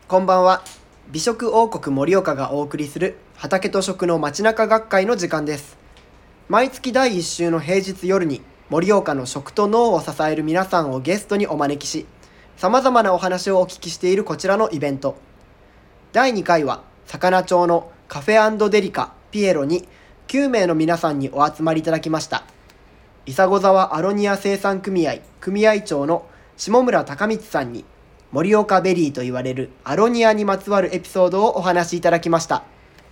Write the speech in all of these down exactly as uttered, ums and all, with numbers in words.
こんばんは。美食王国盛岡がお送りする畑と食の街中学会の時間です。毎月だいいっ週の平日夜に盛岡の食と農を支える皆さんをゲストにお招きし、様々なお話をお聞きしているこちらのイベント。だいにかいは魚町のカフェ&デリカピエロにきゅうめいの皆さんにお集まりいただきました。伊佐古沢アロニア生産組合組合長の下村隆光さんに盛岡ベリーと言われるアロニアにまつわるエピソードをお話しいただきました。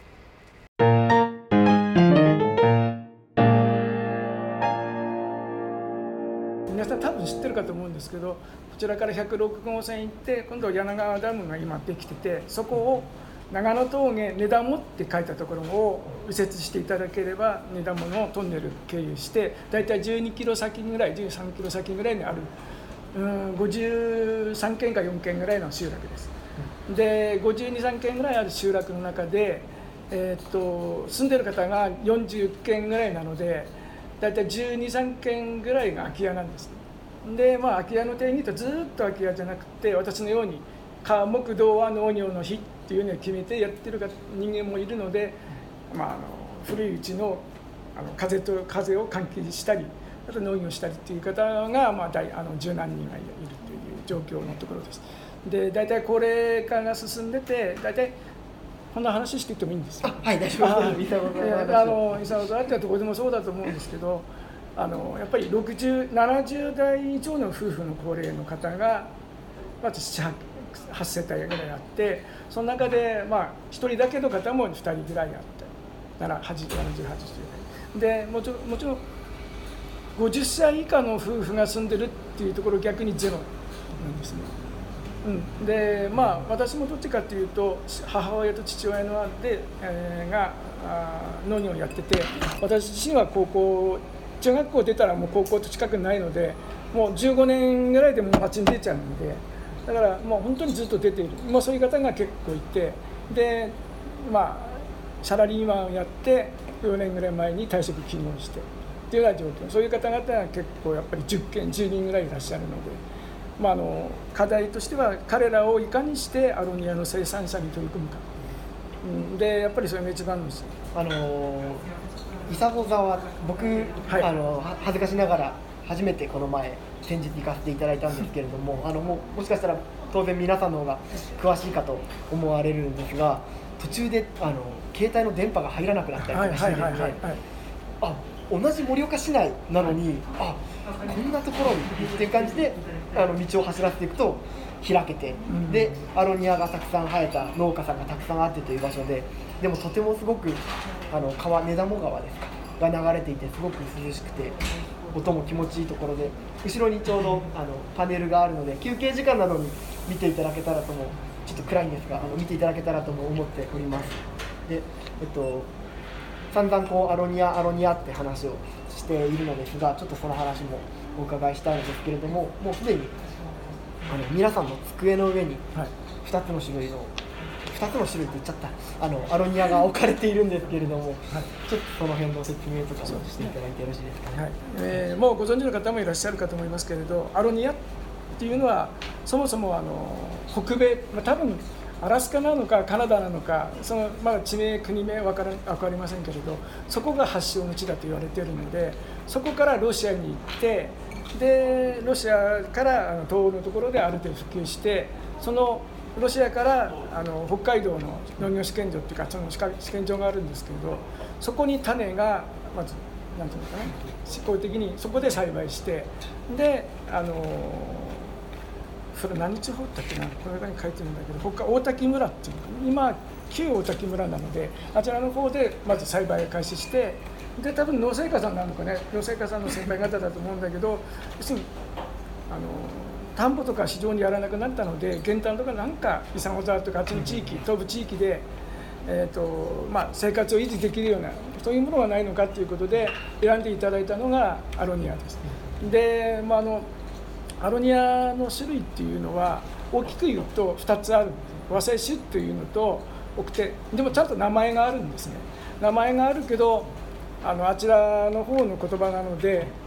皆さん多分知ってるかと思うんですけど、こちらからひゃくろくごうせん行って今度は柳川ダムが今できてて、そこを長野峠根田もって書いたところを右折していただければ根田ものトンネル経由してだいたいじゅうにキロ先ぐらいじゅうさんキロ先ぐらいにあるうんごじゅうさんけんかよんけんぐらいの集落です。でごじゅうに、さんけんぐらいある集落の中で、えー、っと住んでる方がよんじゅっけんぐらいなのでだいたいじゅうに、さんけんぐらいが空き家なんです。でまあ空き家の定義とずっと空き家じゃなくて、私のように火木土は農業の日っていうのを決めてやってる人間もいるので、まあ、あの古いうちの、あの風と風を換気したりあと農業したりっていう方が、まあ、大あの十何人がいるという状況のところです。で大体高齢化が進んでて、大体こんな話していってもいいんですよ。 はい、大丈夫です。 あの伊佐沢ってどこでもそうだと思うんですけど、あのやっぱりろくじゅう、ななじゅうだい以上の夫婦の高齢の方がまずなな、はちせたいぐらいあって、その中でまあひとりだけの方もふたりぐらいあってななじゅう、はちじゅうだいで、もちろんもちろんごじゅっさい以下の夫婦が住んでるっていうところ逆にゼロなんですね。うん、でまあ私もどっちかっていうと母親と父親ので、えー、が農業をやってて、私自身は高校中学校出たらもう高校と近くないので、もうじゅうごねんぐらいでもう町に出ちゃうので、だからもう本当にずっと出ている、まあ、そういう方が結構いて、でまあサラリーマンをやってよねんぐらい前に退職金をしてっていうような状況、そういう方々が結構やっぱりじゅっけんじゅうにんぐらいいらっしゃるので、まあ、あの課題としては彼らをいかにしてアロニアの生産者に取り組むか、うん、でやっぱりそれが一番のです。 あの伊佐古沢、僕、はい、あの恥ずかしながら初めてこの前先日行かせていただいたんですけれども、あのもうもしかしたら当然皆さんの方が詳しいかと思われるんですが、途中であの携帯の電波が入らなくなったりとかしてですね、あ同じ盛岡市内なのに、あこんなところにっていう感じであの道を走らせていくと開けて、うん、でアロニアがたくさん生えた農家さんがたくさんあってという場所で、でもとてもすごくあの川根田も川ですかが流れていてすごく涼しくて音も気持ちいいところで、後ろにちょうどあのパネルがあるので休憩時間などに見ていただけたらとも、ちょっと暗いんですがあの見ていただけたらとも思っております。で、えっと散々こうアロニアアロニアって話をしているのですが、ちょっとその話もお伺いしたいのですけれども、もうすでにあの皆さんの机の上にふたつの種類の、はい、ふたつの種類って言っちゃったあのアロニアが置かれているんですけれども、はい、ちょっとその辺の説明とかもしていただいてよろしいですかね。はい、 えー、もうご存知の方もいらっしゃるかと思いますけれど、アロニアっていうのはそもそもあの北米、まあ、多分アラスカなのかカナダなのか、そのまだ地名国名分から分かりませんけれど、そこが発祥の地だと言われているので、そこからロシアに行って、でロシアからあの東欧のところである程度普及して、そのロシアからあの北海道の農業試験場っていうかその試験場があるんですけど、そこに種がまず何ていうのかな、執行的にそこで栽培して、であのそれ何地方だっけな、この中に書いてるんだけど、他大滝村っていう今旧大滝村なので、あちらの方でまず栽培を開始して、で多分農政家さんなのかね、農政家さんの先輩方だと思うんだけど、要するにあの田んぼとか非常にやらなくなったので、減反とかなんか伊佐古沢とかあっちの地域、東部地域で、えーとまあ、生活を維持できるようなそういうものはないのかということで選んでいただいたのがアロニアです。で、まあ、あのアロニアの種類っていうのは大きく言うとふたつあるんです。和製種というのと奥手でもちゃんと名前があるんですね。名前があるけどあのあちらの方の言葉なので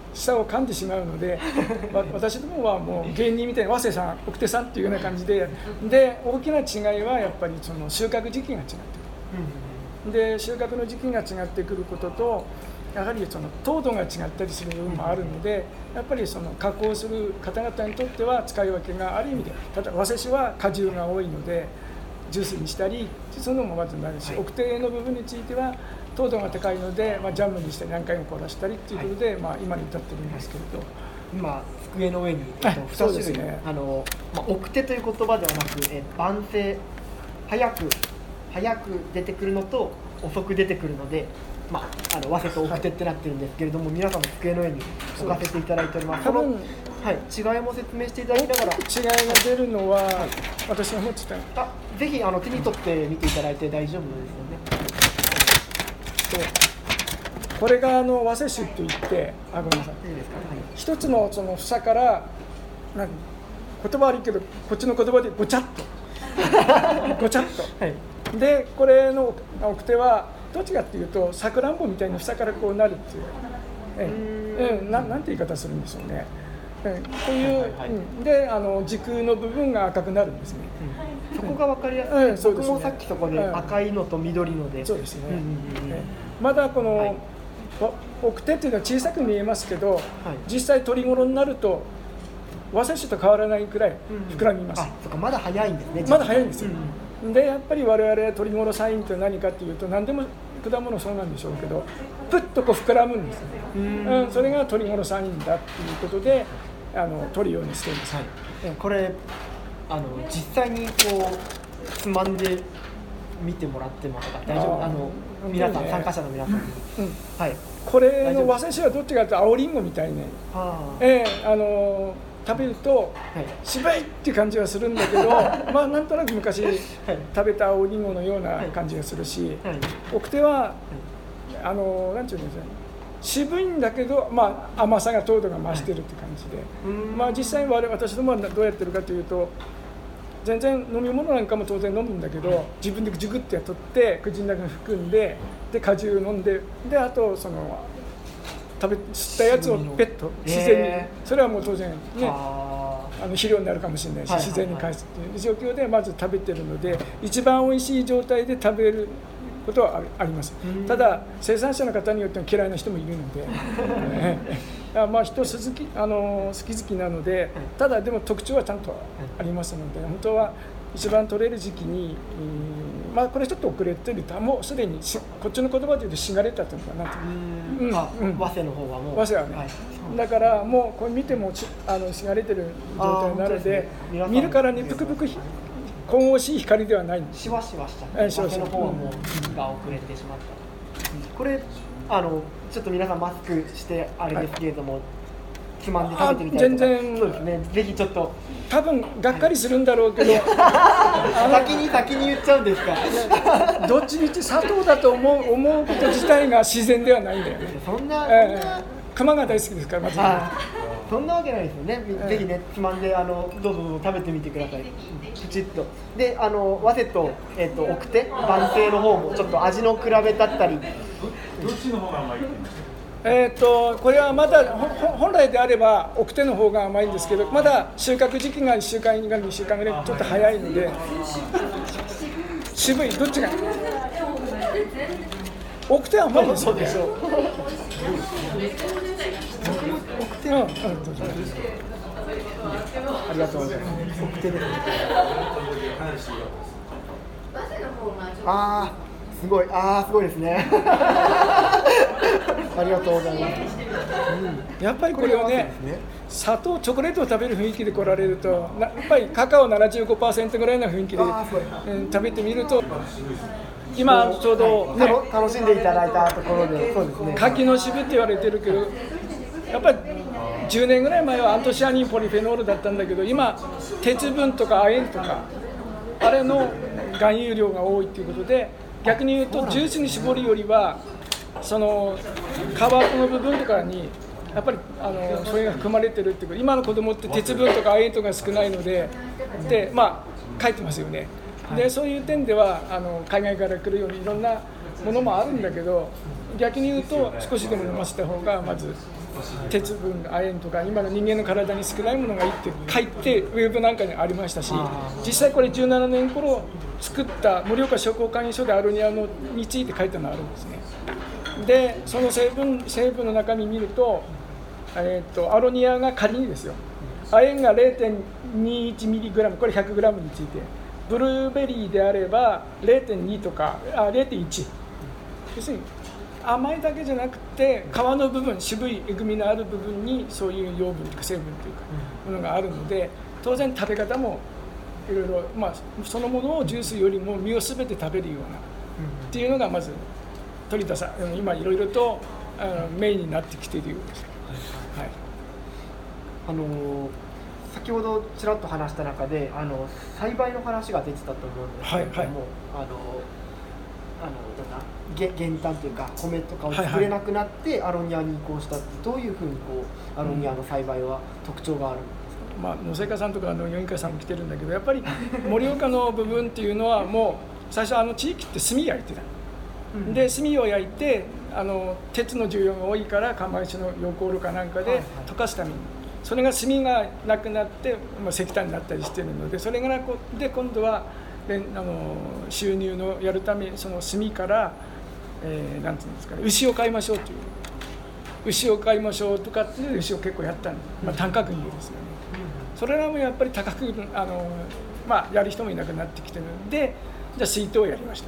舌を噛んでしまうので私どもはもう芸人みたいに早瀬さん奥手さんっていうような感じでで大きな違いはやっぱりその収穫時期が違ってくる、で収穫の時期が違ってくることとやはりその糖度が違ったりする部分もあるので、やっぱりその加工する方々にとっては使い分けがある意味で、例えば早生酒は果汁が多いのでジュースにしたりそういうのもまずなるし、奥手の部分については糖度が高いので、まあ、ジャムにしたり何回も凍らしたりということで、はい、まあ、今に至ってるんですけれど、 今机の上に、えっと、に種類、ね、あの、まあ、奥手という言葉ではなく、え晩成早く早く出てくるのと遅く出てくるので、まあ、あの早生と奥手ってなってるんですけれども、はい、皆さんの机の上に置かせていただいております。 多分、 はい、違いも説明していただきながら、 違いが出るのは、はい、私が持ってた、 あ、ぜひあの手に取って見ていただいて大丈夫ですよね。 これがあの早生酒といって、あ、ごめんなさい、いいですか、はい、一つのその房からなんか言葉悪いけどこっちの言葉でごちゃっとごちゃっと、はい、でこれの奥手はどっちかっていうとさくらんぼみたいな房からこうなるっていう、ええ、な, なんて言い方するんでしょうね、ええ、こういう、はいはいはい、うん、であの軸の部分が赤くなるんですね、 うん、そこが分かりやすい、うん、そうですね、僕もさっきそこで赤いのと緑ので、 そうですね、うんうんうん、ええ、まだこの、はい、奥手っていうのは小さく見えますけど、はい、実際取り頃になると早生酒と変わらないくらい膨らみます、うんうん、 あ、そっか、まだ早いんですね。 まだ早いんですよ、うん、でやっぱり我々取り頃サインって何かっていうと何でも果物そうなんでしょうけどプッとこう膨らむんですね、うん、うん、それが取り頃サインだっていうことであの取るようにしています、はい、 これあの実際にこうつまんで見てもらってますか？大丈夫？あの皆さん、ね、参加者の皆さんに、うん、はい、 これの早生酒はどっちかというと青りんごみたいね、はあ、えー、あの食べると渋いっていう感じはするんだけどまあなんとなく昔食べた青りんごのような感じがするし、はいはい、奥手はあのなんていうんですかね、渋いんだけど、まあ、甘さが糖度が増してるって感じで、はい、まあ、実際我々私どもはどうやってるかというと全然飲み物なんかも当然飲むんだけど自分でジュグってやっとって口の中に含んでで果汁飲んでであとその食べ吸ったやつをペット自然に、えー、それはもう当然ねあの肥料になるかもしれないし、はいはいはい、自然に返すっていう状況でまず食べてるので一番おいしい状態で食べることはあります。ただ生産者の方によっては嫌いな人もいるのでまあ人好き、あの好き好きなので、ただでも特徴はちゃんとありますので本当は一番取れる時期に、うん、まあこれちょっと遅れてるともうすでにこっちの言葉で言うとしがれたというかなと、 うん、あ、うん、早生の方はもう早生はね、はい、だからもうこれ見てもあのしがれてる状態なので、ね、見るからにぷくぷく神々しい光ではないんです。 しわしわしちゃって、早生の方はもう日が遅れてしまった、うん、これあのちょっと皆さんマスクしてあれですけれども、はい、つまんで食べてみたいとか、全然そうですね、ぜひちょっと多分がっかりするんだろうけど、 はい、先に先に言っちゃうんですか？ どっちみち砂糖だと思う思うこと自体が自然ではないんだよね。 そんな、 えー、熊が大好きですからまず、ね、 そんなわけないですよね。ぜひね、つまんであのどうぞどうぞ食べてみてください。プチッと。で、あの早生とえっ、ー、と奥手、晩成の方もちょっと味の比べだったり。 どっちの方が甘い？ えー、とこれはまだ本来であれば奥手の方が甘いんですけど、まだ収穫時期がいっしゅうかんからにしゅうかんぐらいちょっと早いので渋い、どっちが奥手は甘いですよね。奥手は、うん、ありがとうございます。 奥手です。あーすごい、あーすごいですね。ありがとうございます。 うん、やっぱりこれをね、砂糖、チョコレートを食べる雰囲気で来られると、やっぱりカカオ ななじゅうごパーセント ぐらいの雰囲気で、うん、食べてみると、今ちょうど、 ね、楽しんでいただいたところで、そうですね。 柿の渋って言われてるけど、やっぱりじゅうねんぐらい前はアントシアニンポリフェノールだったんだけど、今鉄分とか亜鉛とかあれの含有量が多いということで、逆に言うとジュースに絞るよりはその皮の部分とかにやっぱりあのそれが含まれてるっていうか、今の子供って鉄分とか亜鉛とか少ないので、でまあ書いてますよね。でそういう点ではあの海外から来るようにいろんなものもあるんだけど、逆に言うと少しでも飲ませた方がまず鉄分、亜鉛とか今の人間の体に少ないものがいいって書いてウェブなんかにありましたし、実際これじゅうななねん頃作った盛岡商工会議所でアロニアのについて書いたのがあるんですね。でその成分成分の中身見ると、えー、とアロニアが仮にですよ、亜鉛が れいてんにいちミリグラム、これ ひゃくグラム について、ブルーベリーであれば れいてんに とかあ れいてんいち、要するに甘いだけじゃなくて皮の部分、渋いえぐみのある部分にそういう養分とか成分というかものがあるので、当然食べ方もいろいろ、まあ、そのものをジュースよりも実を全て食べるようなっていうのがまず取り出さ今いろいろとあのメインになってきているようです。はい、 あのー先ほどちらっと話した中であの栽培の話が出てたと思うんですけれども、はいはい、あのあのどんなげ減反というか米とかを作れなくなってアロニアに移行したって、どういうふうにこうアロニアの栽培は特徴があるんですか？ まあ、農政家さんとか農業委員会さんも来てるんだけど、やっぱり盛岡の部分っていうのはもう最初あの地域って炭焼いてた、うん、で炭を焼いてあの鉄の需要が多いから釜石の溶鉱炉かなんかで溶かすために、はいはい、それが炭がなくなって、まあ、石炭になったりしているので、それがで今度はあの収入のやるためその炭から、えー、なんていうんですかね、牛を飼いましょうという牛を飼いましょうとかっていう牛を結構やったんで、まあ、単価群牛ですよね。それらもやっぱり高くあの、まあ、やる人もいなくなってきてるんで、じゃあ水筒をやりました。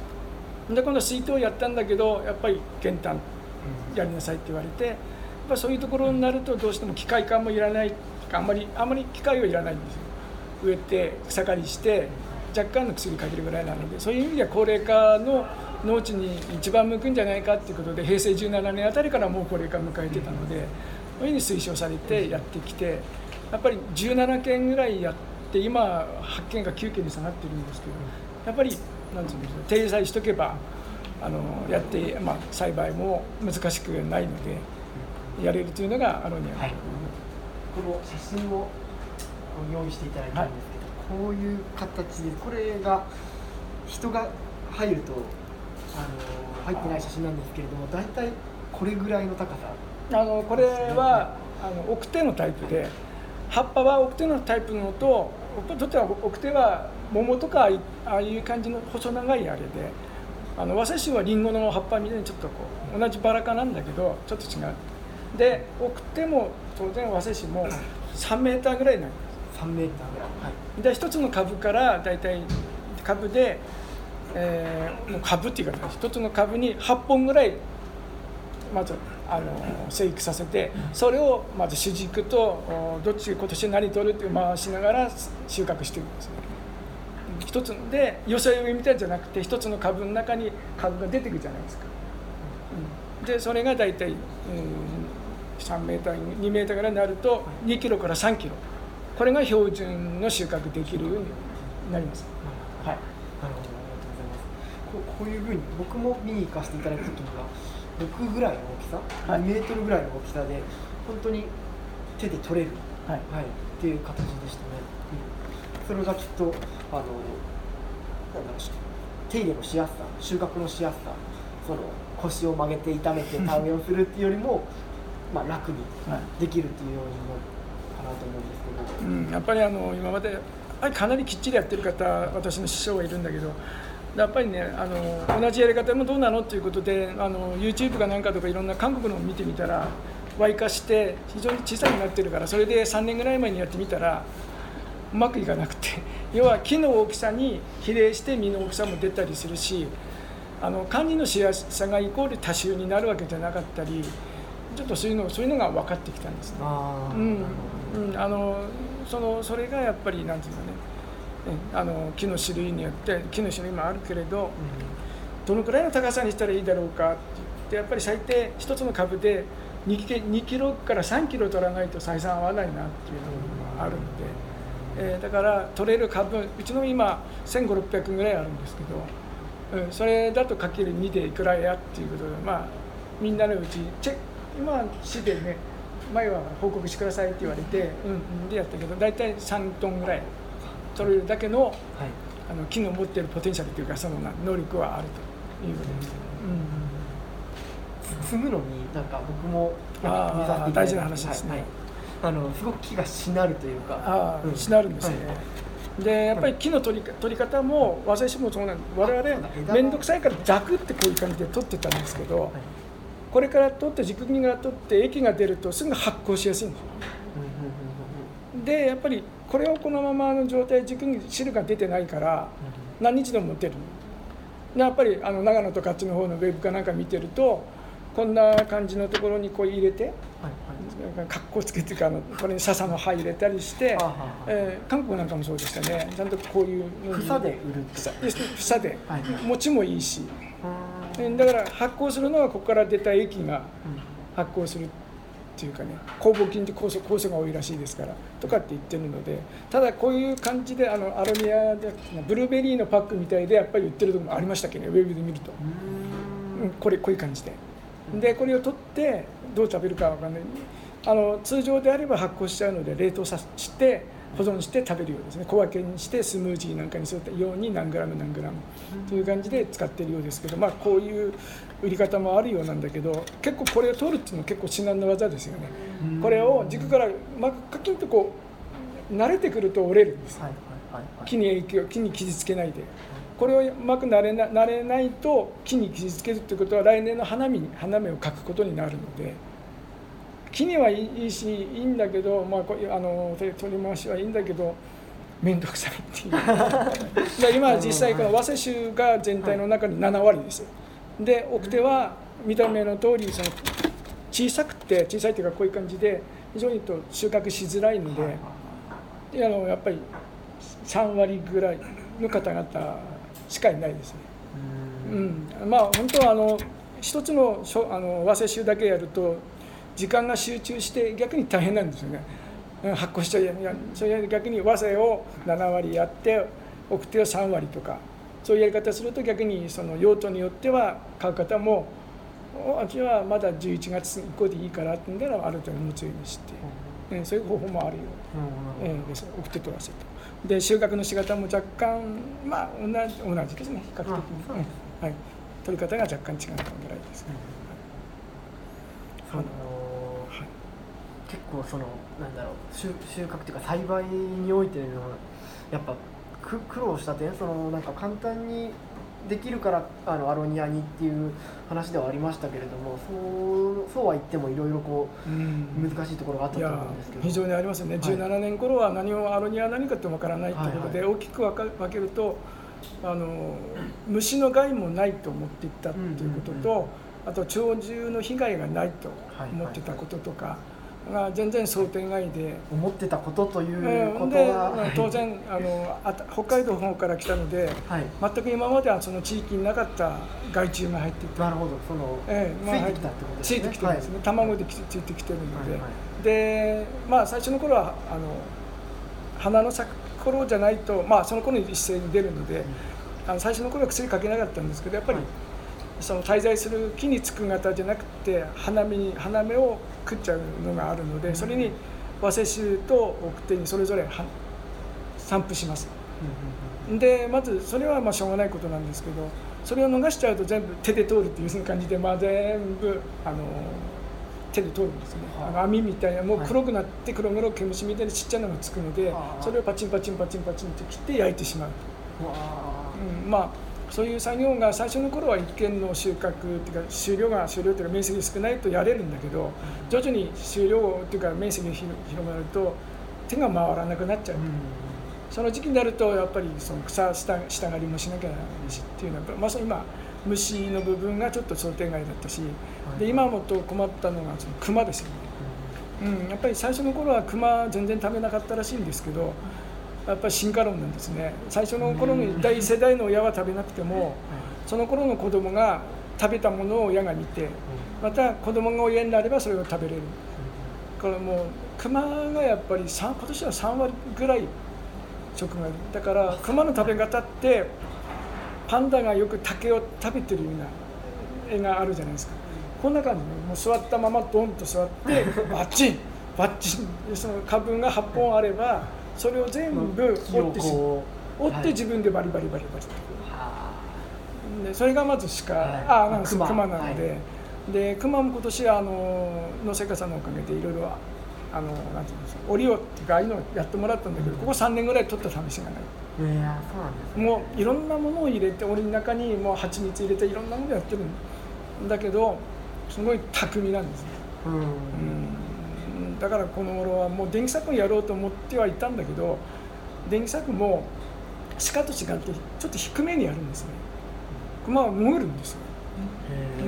で今度水筒をやったんだけどやっぱり減反やりなさいって言われて、やっぱそういうところになるとどうしても機械化もいらない、あんまりあんまり機械はいらないんですよ。植えて草刈りして若干の薬かけるぐらいなので、そういう意味では高齢化の農地に一番向くんじゃないかということで、平成じゅうななねんあたりからもう高齢化を迎えてたので、そういうふうに推奨されてやってきて、やっぱりじゅうななけんぐらいやって今はっけんがきゅうけんに下がってるんですけど、やっぱりなんていうんですか、手入れさえしとけばあのやって、まあ、栽培も難しくないのでやれるというのがアロニア、はい、 この写真を用意していただいたんですけど、はい、こういう形でこれが人が入るとあの入ってない写真なんですけれども、だいたいこれぐらいの高さ、 あのこれはあの奥手のタイプで、葉っぱは奥手のタイプのととっては奥手は桃とかああいう感じの細長いあれで、あの早生種はリンゴの葉っぱみたいにちょっとこう同じバラ科なんだけどちょっと違う。で奥手も当然早生種もさんメーターぐらいになります。 さんメーターぐらい、はい、 で一つの株からだいたい株で、えー、もう株っていうか一つの株にはっぽんぐらいまずあの生育させて、それをまず主軸とどっち今年何取るって回しながら収穫していくんですね。一つで寄せ植えみたいじゃなくて一つの株の中に株が出てくるじゃないですか、うん、でそれがだいたい、うん、さんメーターにメーターぐらいになるとにキロからさんキロ、これが標準の収穫できるようになります、はい、 なるほど、ありがとうございます。こう、こういうふうに僕も見に行かせていただいた時にはろくぐらいの大きさ、はい、にメートルぐらいの大きさで本当に手で取れる、はいはい、っていう形でしたね、うん、それがきっとあのなんだろう、手入れのしやすさ、収穫のしやすさ、その腰を曲げて痛めて田植えをするっていうよりもまあ楽にできるっていうようにもかなと思うんですけど、 うん、やっぱりあの今までかなりきっちりやってる方、私の師匠がいるんだけど、やっぱりね、あの同じやり方もどうなのっていうことで、あの YouTube かなんかとかいろんな韓国のを見てみたら、Y化して非常に小さくなってるから、それでさんねんぐらい前にやってみたらうまくいかなくて、要は木の大きさに比例して実の大きさも出たりするし、あの管理のしやすさがイコール多収になるわけじゃなかったり、ちょっとそういうのそういうのが分かってきたんですね。あ、うんうん、あのそのそれがやっぱりなんていうかね、あの木の種類によって木の種類もあるけれど、うん、どのくらいの高さにしたらいいだろうかって言って、やっぱり最低一つの株でにキロからさんキロ取らないと採算合わないなっていうのがあるので、えー、だから取れる株、うちの今せんごひゃくろっぴゃくぐらいあるんですけど、うん、それだとかけるにでいくらやっていうことで、まあみんなのうちチェ今市でね、前は報告してくださいって言われて、うん、でやったけど、だいたいさんトンぐらい取れるだけの、はい、あの木の持っているポテンシャルというか、その能力はあると。 いうことです。 うん、積むのになんか僕もあ見させていただいて大事な話ですね、 はいはい、あのすごく木がしなるというか、 あ、うん、しなるんですね、はい、でやっぱり木の取り取り方も私もそうなんで、我々面倒くさいからザクってこういう感じで取ってたんですけど、はい、これから取って軸木が取って液が出るとすぐ発酵しやすいんですよ。でやっぱりこれをこのままの状態軸に汁が出てないから何日でも持てる。やっぱりあの長野とかあっちの方のウェブかなんか見てるとこんな感じのところにこう入れて、はいはい、格好つけてかあのこれに笹の葉入れたりして、えー、韓国なんかもそうでしたね。ちゃんとこういう房で売る房房で、はい、持ちもいいし、だから発酵するのはここから出た液が発酵するっていうかね、酵母菌って酵素、酵素が多いらしいですからとかって言ってるので、ただこういう感じであのアロニアでブルーベリーのパックみたいでやっぱり売ってるところもありましたけどね、ウェブで見ると、うん、これこういう感じででこれを取ってどう食べるかわかんない。あの通常であれば発酵しちゃうので冷凍させて保存して食べるようですね。小分けにしてスムージーなんかにするように何グラム何グラムという感じで使ってるようですけど、まあこういう売り方もあるようなんだけど、結構これを取るっていうのは結構至難の技ですよね。これを軸からまあカキンとこう慣れてくると折れるんです。木に影響、木に傷つけないで。これをうまくなれな、慣れないと木に傷つけるってことは来年の花見花芽をかくことになるので。木にはいいしいいんだけど、まあ、こあの取り回しはいいんだけど面倒くさいっていう今実際この早生種が全体の中になな割です。で奥手は見た目の通りその小さくて小さいっていうかこういう感じで非常にと収穫しづらいので、あのやっぱりさん割ぐらいの方々しかいないですね。うん、まあ本当はあの一つのあの早生種だけやると時間が集中して逆に大変なんですよね。発酵しちゃうやそれ逆に早生をなな割やって奥手をさん割とかそういうやり方すると逆にその用途によっては買う方もあっちはまだじゅういちがつ以降でいいからって言うんならある程度持つようにして、うん、そういう方法もあるよ、うんうん、です奥手と早生と。で収穫の仕方も若干まあ同じ同じですね比較的に、うんはい、取り方が若干違ったぐらいです、ねうん、あの結構そのなんだろう 収, 収穫というか栽培においてのやっぱく苦労した点、そのなんか簡単にできるからあのアロニアにっていう話ではありましたけれども、そうそうは言ってもいろいろこう、うん、難しいところがあったと思うんですけど、 非常にありますよね、はい、じゅうななねん頃は何をアロニアは何かってわからないということで、はいはい、大きく分けるとあの虫の害もないと思っていったということと、うんうんうん、あと鳥獣の被害がないと思ってたこととか、はいはいはいが全然想定外で思ってたことということは、 えー、当然あのあ北海道の方から来たので、はい、全く今まではその地域になかった害虫が入っていて、 なるほど、その、えーまあ、ついてきたってことですね。 ついてきてるんですね、はい、卵でついてきてるので、 はいはい、 でまあ最初の頃はあの花の咲く頃じゃないと、まあその頃に一斉に出るので、うん、あの最初の頃は薬かけなかったんですけど、やっぱり、はい、その滞在する木につく型じゃなくて花芽に花芽を食っちゃうのがあるので、それに早生種と奥手にそれぞれ散布します。でまずそれはまあしょうがないことなんですけど、それを逃しちゃうと全部手で通るっていう感じで、まあ、全部あの手で通るんですね。あの網みたいなもう黒くなって黒々毛虫みたいにちっちゃいのがつくので、それをパチンパチンパチンパチンって切って焼いてしまう。うん、まあそういう作業が最初の頃はいっけんの収穫っていうか収量が収量というか面積が少ないとやれるんだけど、徐々に収量というか面積が広まると手が回らなくなっちゃう、うん、その時期になるとやっぱりその草下下刈りもしなきゃならないしっていうのはまさに今虫の部分がちょっと想定外だったし、で今もっと困ったのがそのクマですよね、うん、やっぱり最初の頃はクマ全然食べなかったらしいんですけど、やっぱり進化論なんですね。最初の頃の第一世代の親は食べなくても、その頃の子供が食べたものを親が見て、また子供が親になればそれを食べれる。これもうクマがやっぱり今年はさん割ぐらい食がいる。だからクマの食べ方ってパンダがよく竹を食べてるような絵があるじゃないですか。こんな感じでもう座ったままドンと座ってバッチンバッチン、その花粉がはっぽんあればそれを全部折ってし折って自分でバリバリバリバリ、はでそれがまず鹿、 はい、 あなんです熊熊なので、はい、で熊も今年あの野瀬さんのおかげでいろいろあのなんていうんですか、折をっていうかああいうのをやってもらったんだけど、ここさんねんぐらい取った試しがない。 いやそうなんですね。 もういろんなものを入れて、檻の中にもう蜂蜜入れていろんなものやってるんだけど、すごい巧みなんですね。うん、うん、だからこの頃はもう電気柵やろうと思ってはいたんだけど、電気柵も鹿と違ってちょっと低めにやるんですね。熊は潜るんですよ。うん、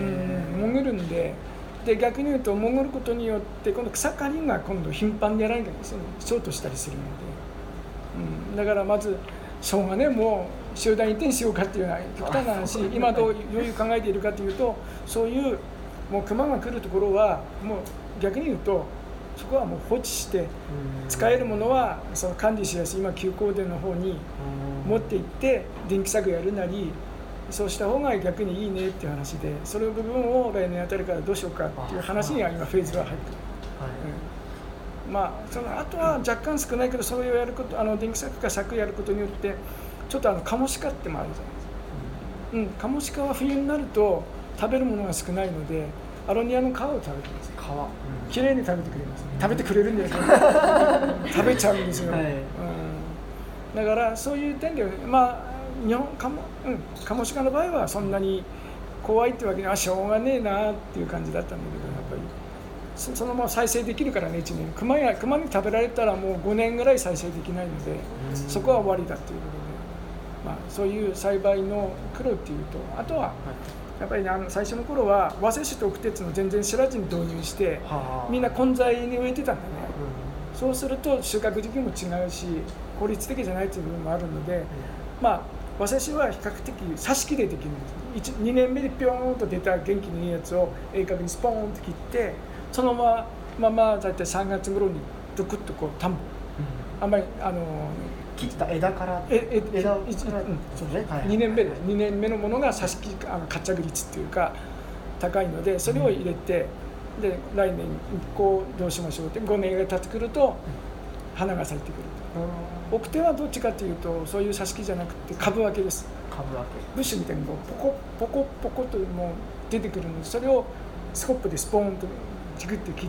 潜るんで、で逆に言うと潜ることによって今度草刈りが今度頻繁にやらなきゃですね、ショートしたりするので、うん、だからまずしょうがね、もう集団移転しようかっていうような極端な話、今どういう考えているかというと、そういうもう熊が来るところはもう逆に言うとそこはもう放置して、使えるものはその管理しやすい今休耕田の方に持っていって電気柵やるなり、そうした方が逆にいいねっていう話で、その部分を来年あたりからどうしようかっていう話には今フェーズが入ってる。はい、うん、まあそのあとは若干少ないけど、それをやること、あの電気柵か柵やることによってちょっとあのカモシカってもあるじゃないですか。うん、カモシカは冬になると食べるものが少ないので、アロニアの皮を食べてます。皮、うん、きれいに食べてくれます、ね、食べてくれるんですよ食べちゃうんですよ、はい、うん、だからそういう点でまあ日本カモ、うん、カモシカの場合はそんなに怖いってわけにはしょうがねえなっていう感じだったんだけど、やっぱり そ, そのまま再生できるからね、いちねん熊や熊に食べられたらもうごねんぐらい再生できないので、そこは終わりだっていうことで、まあ、そういう栽培の苦労っていうと、あとはやっぱり、ね、あの最初の頃は早生種と奥鉄の全然知らずに導入して、みんな根材に植えてたんだね、うん、そうすると収穫時期も違うし効率的じゃないという部分もあるので、うん、まあ早生種は比較的挿し木でできるんです。にねんめでピョーンと出た元気のいいやつを鋭角にスポーンと切って、そのまままま大体さんがつ頃にドクッとこう田んぼ、うん、あんまりあの切った枝からええ枝から、 うん、そうね、はい、 にねんめでにねんめのものが挿し木あの活着率っていうか高いので、それを入れて、うん、で来年こうどうしましょうってごねんが経ってくると花が咲いてくると。奥手はどっちかというとそういう挿し木じゃなくて株分けです。 株分けブッシュみたいにこうポコポコポコともう出てくるので、それをスコップでスポーンとチクって切って、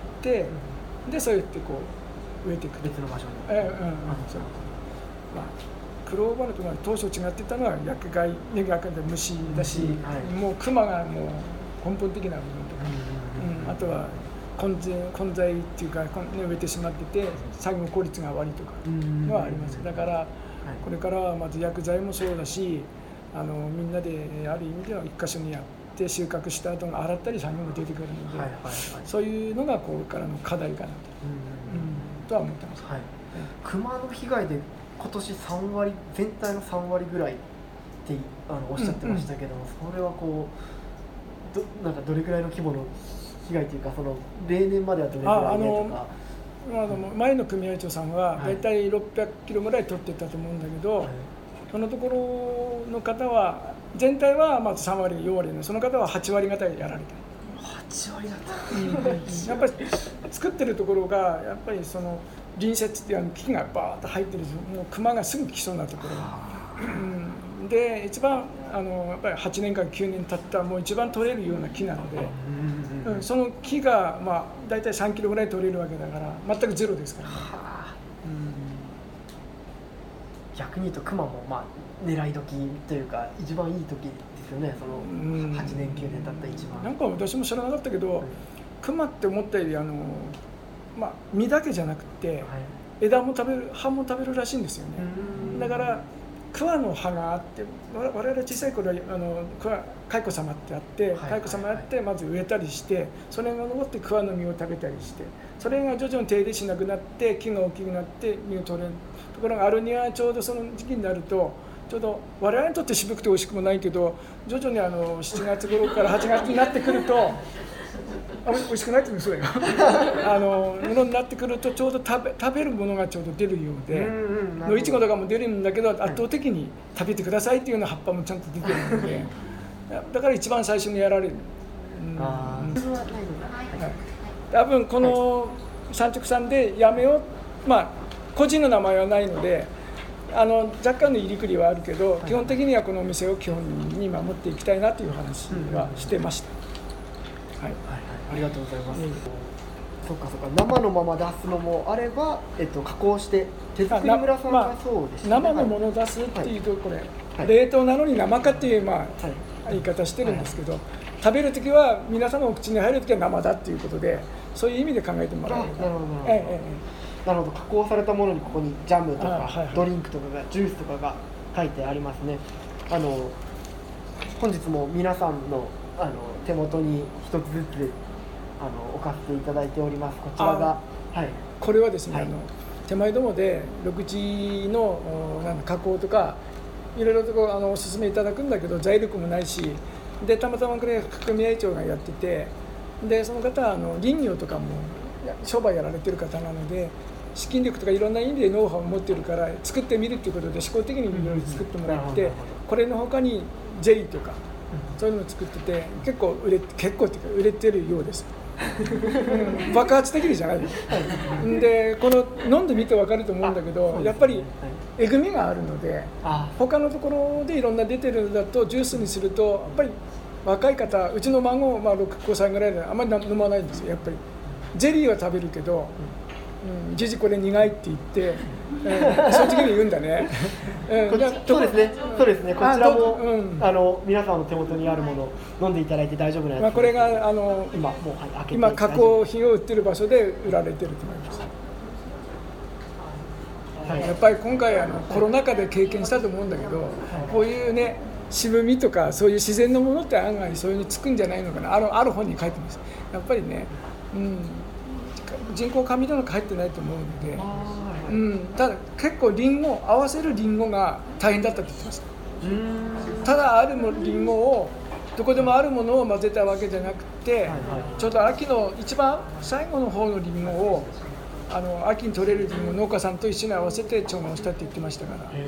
うん、でそうやってこう植えていく別の場所に、 えーうんうん、そう、まあ、クローバルとは当初違ってたのは薬害、ね、薬害で虫だし、はい、もうクマがもう根本的な部分とか、うんうん、あとは根材、根材っていうか、ね、植えてしまってて作業効率が悪いとかのはあります。だからこれからはまず薬剤もそうだし、あのみんなである意味では一箇所にやって収穫した後が洗ったり作業も出てくるので、はいはいはい、そういうのがこれからの課題かなと、うんうん、とは思ってます。はい、 熊の被害で今年さんわり、全体のさんわりぐらいってあのおっしゃってましたけども、うんうん、それはこう ど, なんかどれぐらいの規模の被害というか、その例年まではどれぐらいでとか。 ああの前の組合長さんはだいたいろっぴゃくキロぐらい取ってたと思うんだけど、はい、そのところの方は全体はまずさんわりよんわりで、その方ははちわり方やられた。 はちわり方、 うん、やっぱり作ってるところがやっぱりその隣接っていう木がバーッと入ってる、もう熊がすぐ来そうなところ、うん、で一番あのやっぱりはちねんかんきゅうねん経ったもう一番取れるような木なので、うん、その木がまあ大体さんキロぐらい取れるわけだから全くゼロですからね。うん、 逆に言うと熊もまあ狙い時というか一番いい時ですよね、そのはちねんきゅうねん経った一番。 なんか私も知らなかったけど、うん、熊って思ったよりあの、まあ、実だけじゃなくて、はい、枝も食べる、葉も食べるらしいんですよね。だから桑の葉があって、我々小さい頃はあの蚕様ってあって、蚕様やってまず植えたりして、それが残って桑の実を食べたりして、それが徐々に手入れしなくなって木が大きくなって実を取れる。ところがアロニアはちょうどその時期になるとちょうど我々にとって渋くて美味しくもないけど、徐々にあのしちがつ頃からはちがつになってくるとあ美味しくないって言うんですよあのものになってくるとちょうど食べ、食べるものがちょうど出るようで、野いちごとかも出るんだけど圧倒的に食べてくださいっていうような葉っぱもちゃんと出てるのでだから一番最初にやられる、うんあうんはい、多分この産直さんでやめよう、まあ個人の名前はないのであの若干の入りくりはあるけど、基本的にはこのお店を基本に守っていきたいなという話はしてました。はい、 ありがとうございます。そうかそうか、生のまま出すのもあれば、えっと、加工して手作り村さんがそうですね、 まあ、生のものを出すっていうとこれ、 はい、 冷凍なのに生かっていう、まあはい、言い方してるんですけど、はい、食べるときは皆さんのお口に入るときは生だっていうことで、そういう意味で考えてもらえれば。なるほど、ええええ、なるほど、加工されたものにここにジャムとか、はいはい、ドリンクとかがジュースとかが書いてありますね。あの本日も皆さんのあの手元に一つずつあの置かせていただいております。こちらが、はい、 これはですね、 はい、 あの手前どもで緑地のなん加工とかいろいろとこうあのお勧めいただくんだけど財力もないし、でたまたまこれ組合長がやってて、でその方はあの林業とかも商売やられてる方なので、資金力とかいろんな意味でノウハウを持ってるから作ってみるっていうことで試行的にいろいろ作ってもらって、これの他にジェリーとかそういうのを作ってて、結構売れ結構っていうか売れてるようです。爆発的じゃないです。でこの飲んでみて分かると思うんだけど、やっぱりえぐみがあるので、他のところでいろんな出てるのだとジュースにするとやっぱり若い方、うちの孫、まあ、ろく、ごさいぐらいであんまり飲まないんですよ。やっぱりジェリーは食べるけど、うん、じじこれ苦いって言って、うん、そういう時に言うんだね。 うん、そうですね、そうですね、こちらも、うん、あの皆さんの手元にあるものを飲んでいただいて大丈夫なやつ、 まあ、これがあの今もう、はい、開けて今加工品を売ってる場所で売られてると思います。はい、やっぱり今回あのコロナ禍で経験したと思うんだけど、はい、こういうね渋みとかそういう自然のものって案外そういうのつくんじゃないのかな。ある、ある本に書いてます。やっぱりね、うん、人工甘味料なんか入ってないと思うので、うん、ただ結構リンゴ合わせるリンゴが大変だったって言ってました。うーん、ただあるリンゴをどこでもあるものを混ぜたわけじゃなくて、はいはい、ちょうど秋の一番最後の方のリンゴをあの秋に取れるリンゴを農家さんと一緒に合わせて調合したって言ってましたから。へー、うん、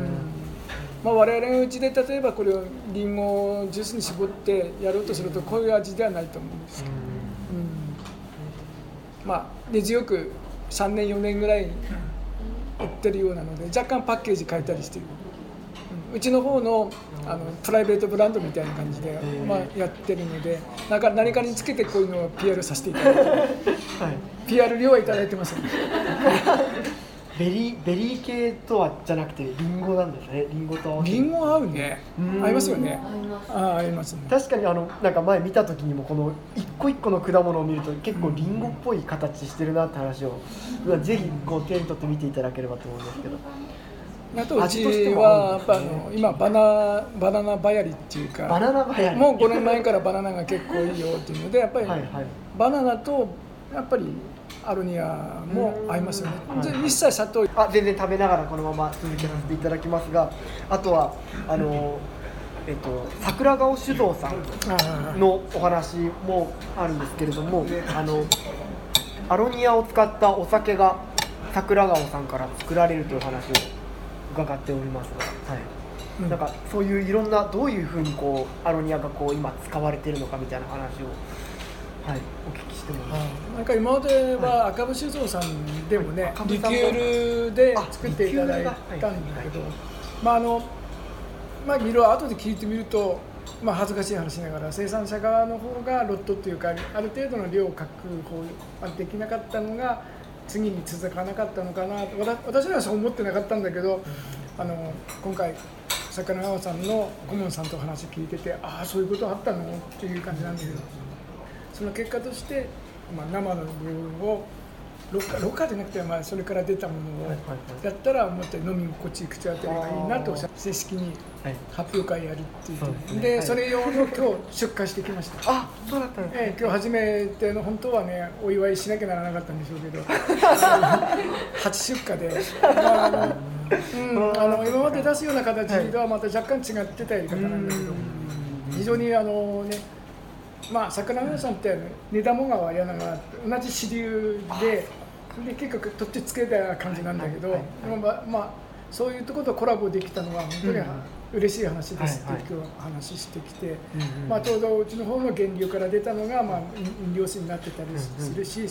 まあ、我々のうちで例えばこれをリンゴをジュースに絞ってやろうとするとこういう味ではないと思うんですけど、うんうん、まあ根強くさんねんよねんぐらい売ってるようなので若干パッケージ変えたりしてる、うん、うちの方の、あのプライベートブランドみたいな感じで、まあ、やってるのでなんか何かにつけてこういうのを ピーアール させていただいて、はい、ピーアール 料はいただいてます、ね、 ベリー、ベリー系とはじゃなくてリンゴなんですね。リンゴとリンゴ合うね。合いますよね。あ、合いますね。 確かにあのなんか前見た時にもこの一個一個の果物を見ると結構リンゴっぽい形してるなって話を、うん、ぜひこう手に取って見ていただければと思うんですけど。 あとうちはやっぱあの今バナバナナバヤリっていうか、 バナナバヤリもうごねんまえからバナナが結構いいよっていうのでやっぱりバナナとやっぱりアロニアも合いますよね。一切砂糖、 あ、全然食べながらこのまま続けさせていただきますが、あとはあの、えっと、桜顔酒造さんのお話もあるんですけれども、あのアロニアを使ったお酒が桜顔さんから作られるという話を伺っておりますが、はい、うん、なんかそういういろんなどういうふうにこうアロニアがこう今使われているのかみたいな話を、はい、お聞きしてもいいですか。 なんか今までは赤部酒造さんでもね、はい、リキュールで作っていただいたんだけど、まああのまあいろいろ後で聞いてみると、まあ恥ずかしい話ながら生産者側の方がロットっていうかある程度の量を確保できなかったのが次に続かなかったのかなと、私はそう思ってなかったんだけど、あの今回桜川さんの顧問さんと話聞いてて、ああそういうことあったのっていう感じなんだけど、その結果として、まあ、生の部分をろ過、ろ過じゃなくて、まあ、それから出たものをやったらもっと飲み心地口当たりがいいなと正式に発表会やるっていう、でそれ用の今日出荷してきました。 あ、そうだったんですね。 えー、今日初めての本当はねお祝いしなきゃならなかったんでしょうけど初出荷で、まああのうん、あの今まで出すような形とはまた若干違ってたやり方なんだけど、非常にあのね、まあ桜川さんって根田茂川柳川同じ支流で、で結構取ってつけた感じなんだけど、まあ、まあそういうところとコラボできたのは本当に嬉しい話ですって今日話してきて、まあちょうどうちの方の源流から出たのがまあ飲料水になってたりするし、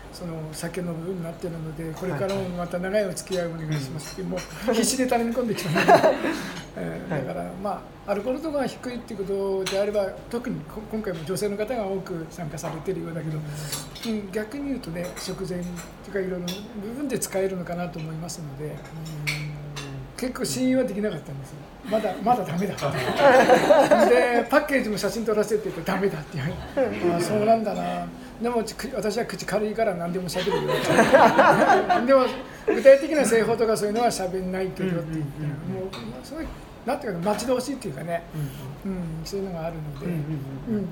その酒の部分になっているので、これからもまた長いお付き合いをお願いしますって、もう必死で頼み込んできたので、えー、だからまあアルコール度が低いっていうことであれば、特に今回も女性の方が多く参加されているようだけど、うん、逆に言うとね、食前というかいろいろ部分で使えるのかなと思いますので、結構信用はできなかったんですよ。まだまだダメだってでパッケージも写真撮らせてって言ってダメだって言われて、ああそうなんだな、でも私は口軽いから何でも喋るよでも具体的な製法とかそういうのは喋んないけどって言って、もうすごいなんていうか待ち遠しいっていうかね、うんうん、そういうのがあるので、うん、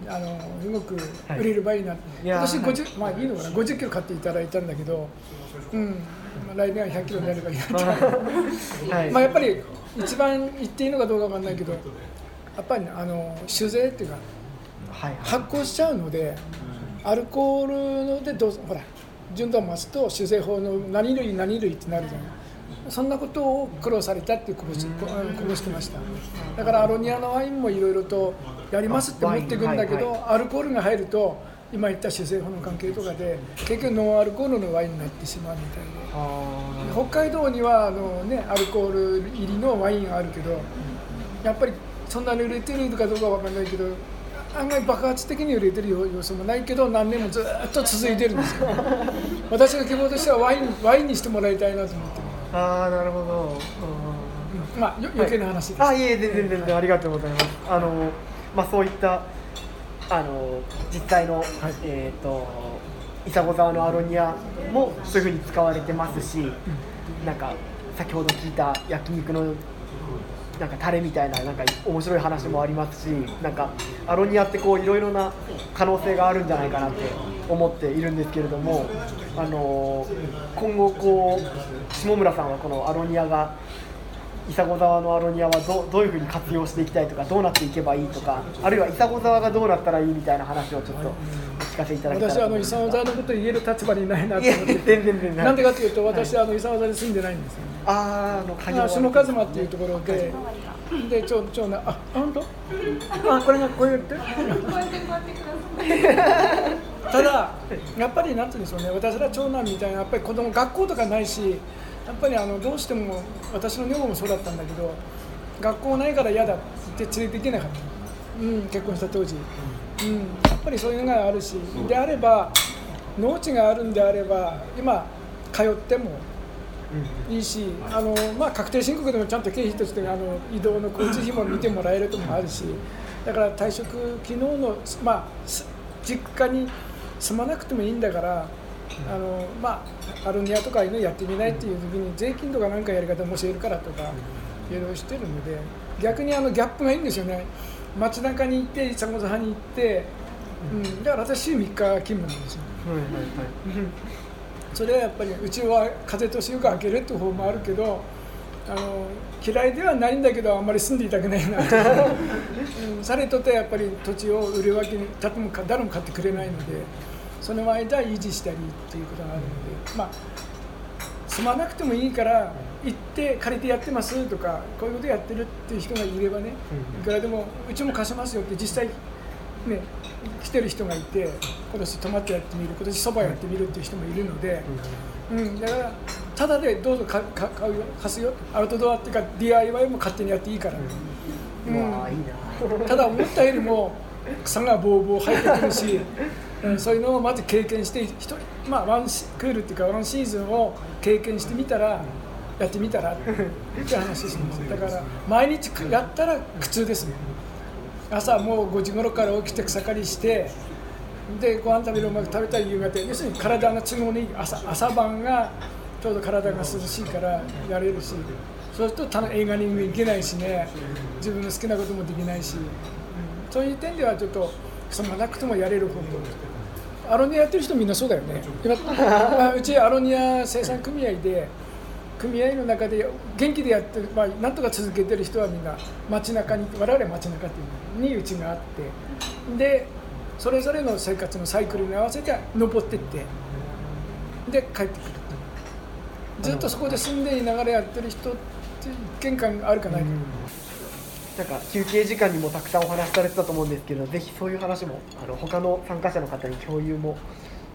あのすごく売れる場合になって、はい、私ごじゅう、まあいいのかな、ごじゅっキロ買っていただいたんだけど、うん、来年はひゃっキロになればいいなと、はい、まあやっぱり一番言っていいのかどうかわかんないけど、やっぱり、ね、あの酒税っていうか、はいはい、発酵しちゃうので、アルコールのでどうほら純度を増すと酒税法の何類何類ってなるじゃない。そんなことを苦労されたってこぼし、こぼしてました。だからアロニアのワインもいろいろとやりますって持っていくんだけど、はいはい、アルコールが入ると今言った酒税法の関係とかで結局ノンアルコールのワインになってしまうみたいで、北海道にはあの、ね、アルコール入りのワインがあるけど、やっぱりそんなに売れてるかどうかわかんないけど、案外爆発的に売れてる要素もないけど、何年もずっと続いてるんですよ私の希望としてはワイン、ワインにしてもらいたいなと思ってます。 ああ、なるほど、 うん、まあ余計な話です、 はい、あ、いえ全然全然ありがとうございます。あの、まあ、そういったあの実際の、はい、えーと砂子沢のアロニアもそういうふうに使われてますし、うん、なんか先ほど聞いた焼肉のなんかタレみたいな、なんか面白い話もありますし、なんかアロニアってこういろいろな可能性があるんじゃないかなって思っているんですけれども、あの今後こう下村さんはこのアロニアが砂子沢のアロニアは ど, どういうふうに活用していきたいとか、どうなっていけばいいとか、あるいは砂子沢がどうなったらいいみたいな話をちょっとお聞かせいただきたい。 私はあの砂子沢のことを言える立場にないなと思って全然全然なんでかというと、私はあの砂子沢に住んでないんですよね。 ああ、 下一間っていうところで、で長長男、あ、本当？あ、これがこう言って。ただやっぱりなんて言うんでしょうね、私ら長男みたいなやっぱり子供学校とかないし、やっぱりあのどうしても私の女房もそうだったんだけど、学校ないから嫌だって連れて行けなかった、うん、結婚した当時、うん、やっぱりそういうのがあるし、であれば農地があるんであれば今通ってもいいし、あの、まあ、確定申告でもちゃんと経費としてあの移動の交通費も見てもらえるともあるし、だから退職機能の、まあ、実家に住まなくてもいいんだから、あのまあ、アロニアとかいうのやってみないっていう時に税金とかなんかやり方も教えるからとかいろいろしてるので、逆にあのギャップがいいんですよね。街中に行って砂子沢に行って、うん、だから私週みっか勤務なんですよ、はいはいはい、それはやっぱりうちは風通しよく開けるっていう方もあるけど、あの嫌いではないんだけどあんまり住んでいたくないなと、うん、されとってやっぱり土地を売るわけに建物も誰も買ってくれないので、その間維持したりっていうことがあるので、まあ、住まなくてもいいから行って借りてやってますとか、こういうことやってるっていう人がいればね、いくらでもうちも貸しますよって実際ね来てる人がいて、今年トマトやってみる、今年そばやってみるっていう人もいるので、うん、だからただでどうぞかか買うよ、貸すよ、アウトドアっていうか ディーアイワイ も勝手にやっていいから、うんうん、ただ思ったよりも草がボーボー生えてくるし、うん、そういうのをまず経験して一人、まあ、ワンクールっていうかワンシーズンを経験してみたら、やってみたらって話します。だから毎日やったら苦痛ですね。朝もうごじ頃から起きて草刈りして、でご飯食べるうまく食べたり夕方、要するに体が都合のいい 朝, 朝晩がちょうど体が涼しいからやれるし、そうすると映画にも行けないしね、自分の好きなこともできないし、うん、そういう点ではちょっと住まなくてもやれる方法です。アロニアやってる人みんなそうだよね。今うちアロニア生産組合で、組合の中で元気でやってる、まあ、なんとか続けてる人はみんな街中に、我々は街中っていうのにうちがあって、でそれぞれの生活のサイクルに合わせて登っていってで帰ってくる。ずっとそこで住んでいながらやってる人って一見感あるかないか、うん、 なんか休憩時間にもたくさんお話しされてたと思うんですけど、ぜひそういう話もあの他の参加者の方に共有も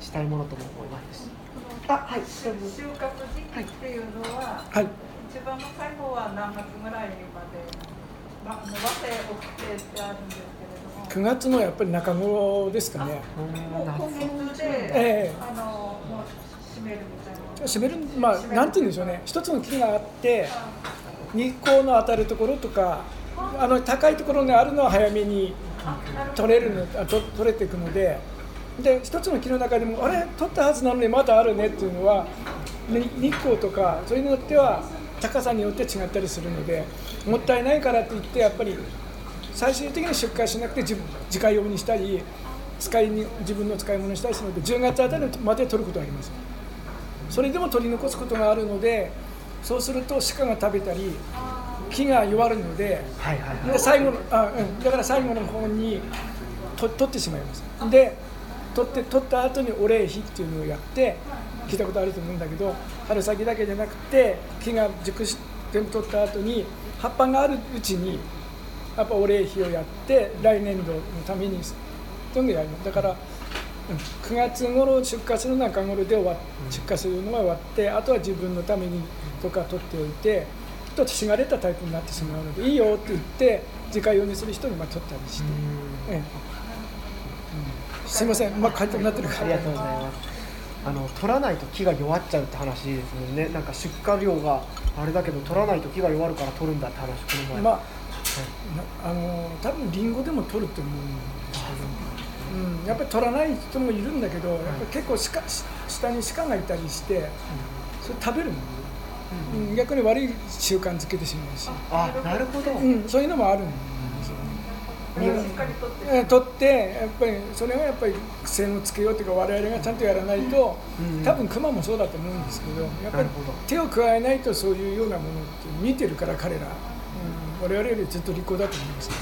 したいものとも思いますし。あ、はい。 収穫時期っていうのは、 はい、 一番の最後は何月ぐらいまで、まあ、伸ばせ OK ってあるんですけれども。 くがつのやっぱり中頃ですかね。 もう今月で、 ええ、 あのもう締めるみたいな。 締める、まあなんて言うんでしょうね。一つの木があって。日光の当たるところとか、あの高いところにあるのは早めに取れるの、あと取れていくので、で一つの木の中でもあれ取ったはずなのにまだあるねっていうのは、日光とかそれによっては高さによって違ったりするので、もったいないからといってやっぱり最終的に出荷しなくて自分自家用にしたり使いに自分の使い物にしたりするので、じゅうがつあたりまで取ることがあります。それでも取り残すことがあるので、そうすると鹿が食べたり木が弱るので、 はいはいはい、 で最後のあ、うん、だから最後の方にと取ってしまいます。で取って取った後にお礼碑っていうのをやって、聞いたことあると思うんだけど、春先だけじゃなくて木が熟し全部取った後に葉っぱがあるうちにやっぱお礼碑をやって来年度のためにどんどんやるのだから、くがつ頃出荷する中頃で終わ出荷するのが終わって、あとは自分のためにとか取っておいて、ちょっとしがれたタイプになってしまうので、いいよって言って自家用にする人にまあ取ったりして、ええ、うん、すいません、まあ回答になってるから。 ありがとうございます。あの取らないと木が弱っちゃうって話ですもんね。なんか出荷量があれだけど取らないと木が弱るから取るんだって話この前。 まあ、はい、あの多分リンゴでも取ると思うんですけど、うん、やっぱり取らない人もいるんだけど、やっぱり結構しか下に鹿がいたりして、それ食べるの。うん、逆に悪い習慣づけてしまうし、 あ、なるほど、 うん、そういうのもあるんですよね。しっかり取って、取ってやっぱりそれはやっぱり癖をつけようというか、我々がちゃんとやらないと、うん、多分クマもそうだと思うんですけど、やっぱり手を加えないとそういうようなものって見てるから彼ら、うん、我々よりずっと利口だと思います、ね。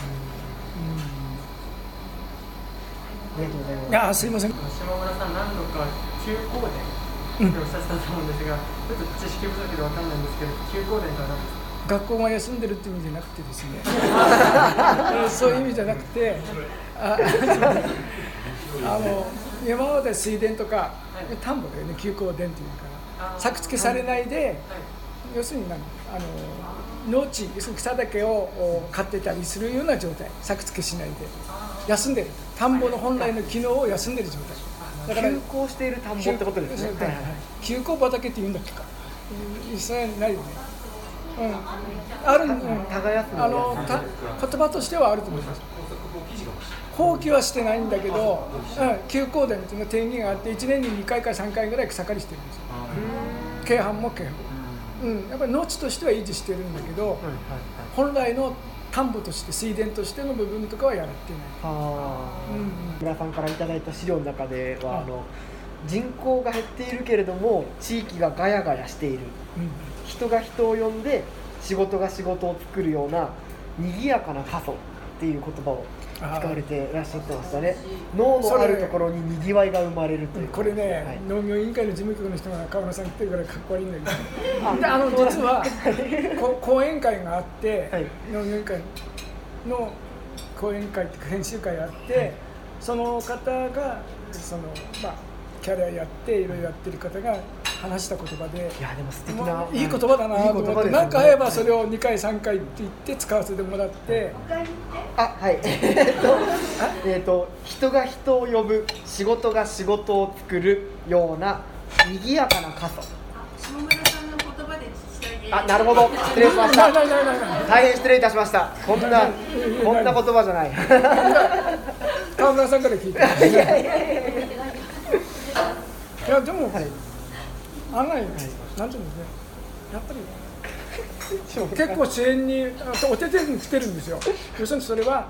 うん、ありがとうございます。 いや、すいません。 島村さん、何度か休校伝おっしゃってたと思うんですが、ちょっと知識不足で分かんないんですけど、休校伝とは何ですか？ 学校が休んでるって意味じゃなくてですねそういう意味じゃなくて、ああの今まで水田とか田んぼだよね、休耕田っていうから作付けされないで、はいはい、要するに何あの農地、要するに草だけを刈ってたりするような状態、作付けしないで休んでる、田んぼの本来の機能を休んでる状態だから、 休耕している田んぼってことですね。はいはい、 休耕畑って言うんだっけか、それないよね。うん、ある、うん、あのた言葉としてはあると思います。放棄はしてないんだけど、うん、休耕田っていうの定義があって、いちねんににかいかさんかいぐらい草刈りしてるんですよ。軽範も軽範、うん、やっぱり農地としては維持してるんだけど、はいはいはい、本来の田んぼとして水田としての部分とかはやられてない。あ、 うんうん、村さんからいただいた資料の中では、あの人口が減っているけれども地域がガヤガヤしている、うん、人が人を呼んで仕事が仕事を作るような賑やかな過疎っていう言葉を使われてらっしゃってましたね。農のあるところににぎわいが生まれるという。 これね、はい、農業委員会の事務局の人が川村さん来てるからかっこ悪いんだけど、であの実は講演会があって、はい、農業委員会の講演会っていうか編集会があって、はい、その方がそのまあキャリアやっていろいろやってる方が話した言葉で、 いやでも素敵な、 いい言葉だなと思って、何か会えばそれをにかいさんかいって言って使わせてもらって、 あ、はいえっとえっと人が人を呼ぶ、仕事が仕事を作るような賑やかな過疎。 下村さんの言葉で聞きたいです。 あ、なるほど、失礼しました。大変失礼いたしました。こんなこんな言葉じゃない。 川村さんから聞いて。いやいやいやいや。いやでも、はい、案外、はい、なんていうんですね、やっぱり結構支援にお手伝いに来てるんですよ。要するにそれは、はい、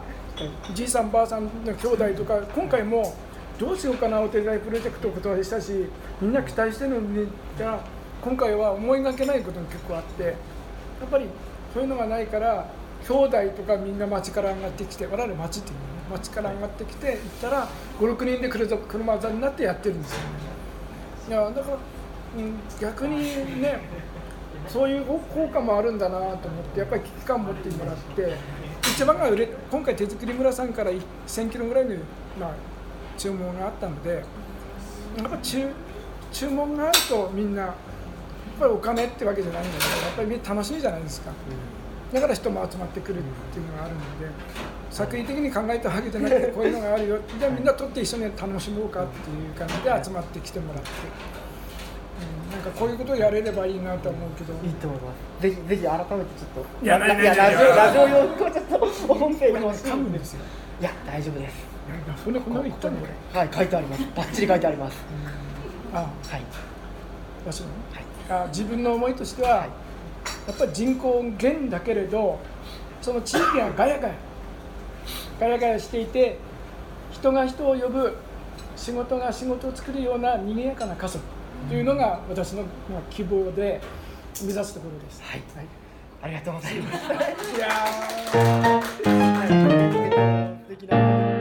じいさんばあさんの兄弟とか、今回もどうしようかなお手伝いプロジェクトを断りしたし、みんな期待してるのに、今回は思いがけないことが結構あって、やっぱりそういうのがないから、兄弟とかみんな町から上がってきて、我々町っていうのね、町から上がってきて行ったらご、ろくにんで車座になってやってるんですよね。いやだから、うん、逆にね、そういう効果もあるんだなと思って、やっぱり危機感を持ってもらって、一番が売れ今回手作り村さんからせんキロぐらいの、まあ、注文があったので、 やっぱ注注文があるとみんなやっぱりお金ってわけじゃないんだけど、やっぱりみんな楽しみじゃないですか。だから人も集まってくるっていうのがあるので、作為的に考えたわけじゃなくて、こういうのがあるよ、じゃあみんなとって一緒に楽しもうかっていう感じで集まってきてもらって、うん、なんかこういうことをやれればいいなと思うけど。 いいと思います。ぜひぜひ改めてちょっと。 いやないないないラジオラジオ用にちょっと音声が欲しい噛むんですよ。 いや大丈夫です。 いやそんなこんなの言ったのこれ。 はい、書いてあります。バッチリ書いてあります。 あ、 はい。 私のね、 はい、 あ自分の思いとしては、 はい、 やっぱり人口減だけれど、その地域がガヤガヤガヤガヤしていて、人が人を呼ぶ、仕事が仕事を作るような賑やかな家族というのが私の希望で目指すところです。 はい、はい、ありがとうございます。 いやー、素敵な。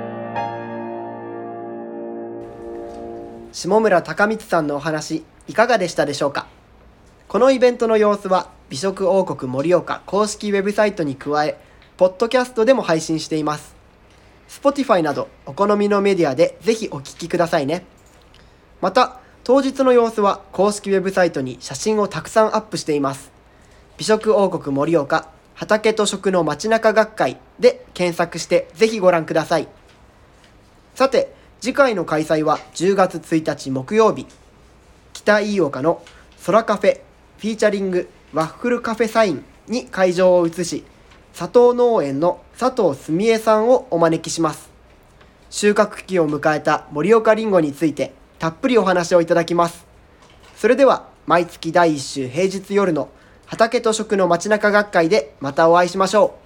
下村隆光さんのお話いかがでしたでしょうか。このイベントの様子は美食王国盛岡公式ウェブサイトに加え、ポッドキャストでも配信しています。Spotify などお好みのメディアでぜひお聞きくださいね。また当日の様子は公式ウェブサイトに写真をたくさんアップしています。美食王国盛岡畑と食の街中学会で検索してぜひご覧ください。さて次回の開催はじゅうがつついたち木曜日、北飯岡の空カフェフィーチャリングワッフルカフェサインに会場を移し、佐藤農園の佐藤澄江さんをお招きします。収穫期を迎えた盛岡りんごについてたっぷりお話をいただきます。それでは毎月だいいっ週平日夜の畑と食の街中学会でまたお会いしましょう。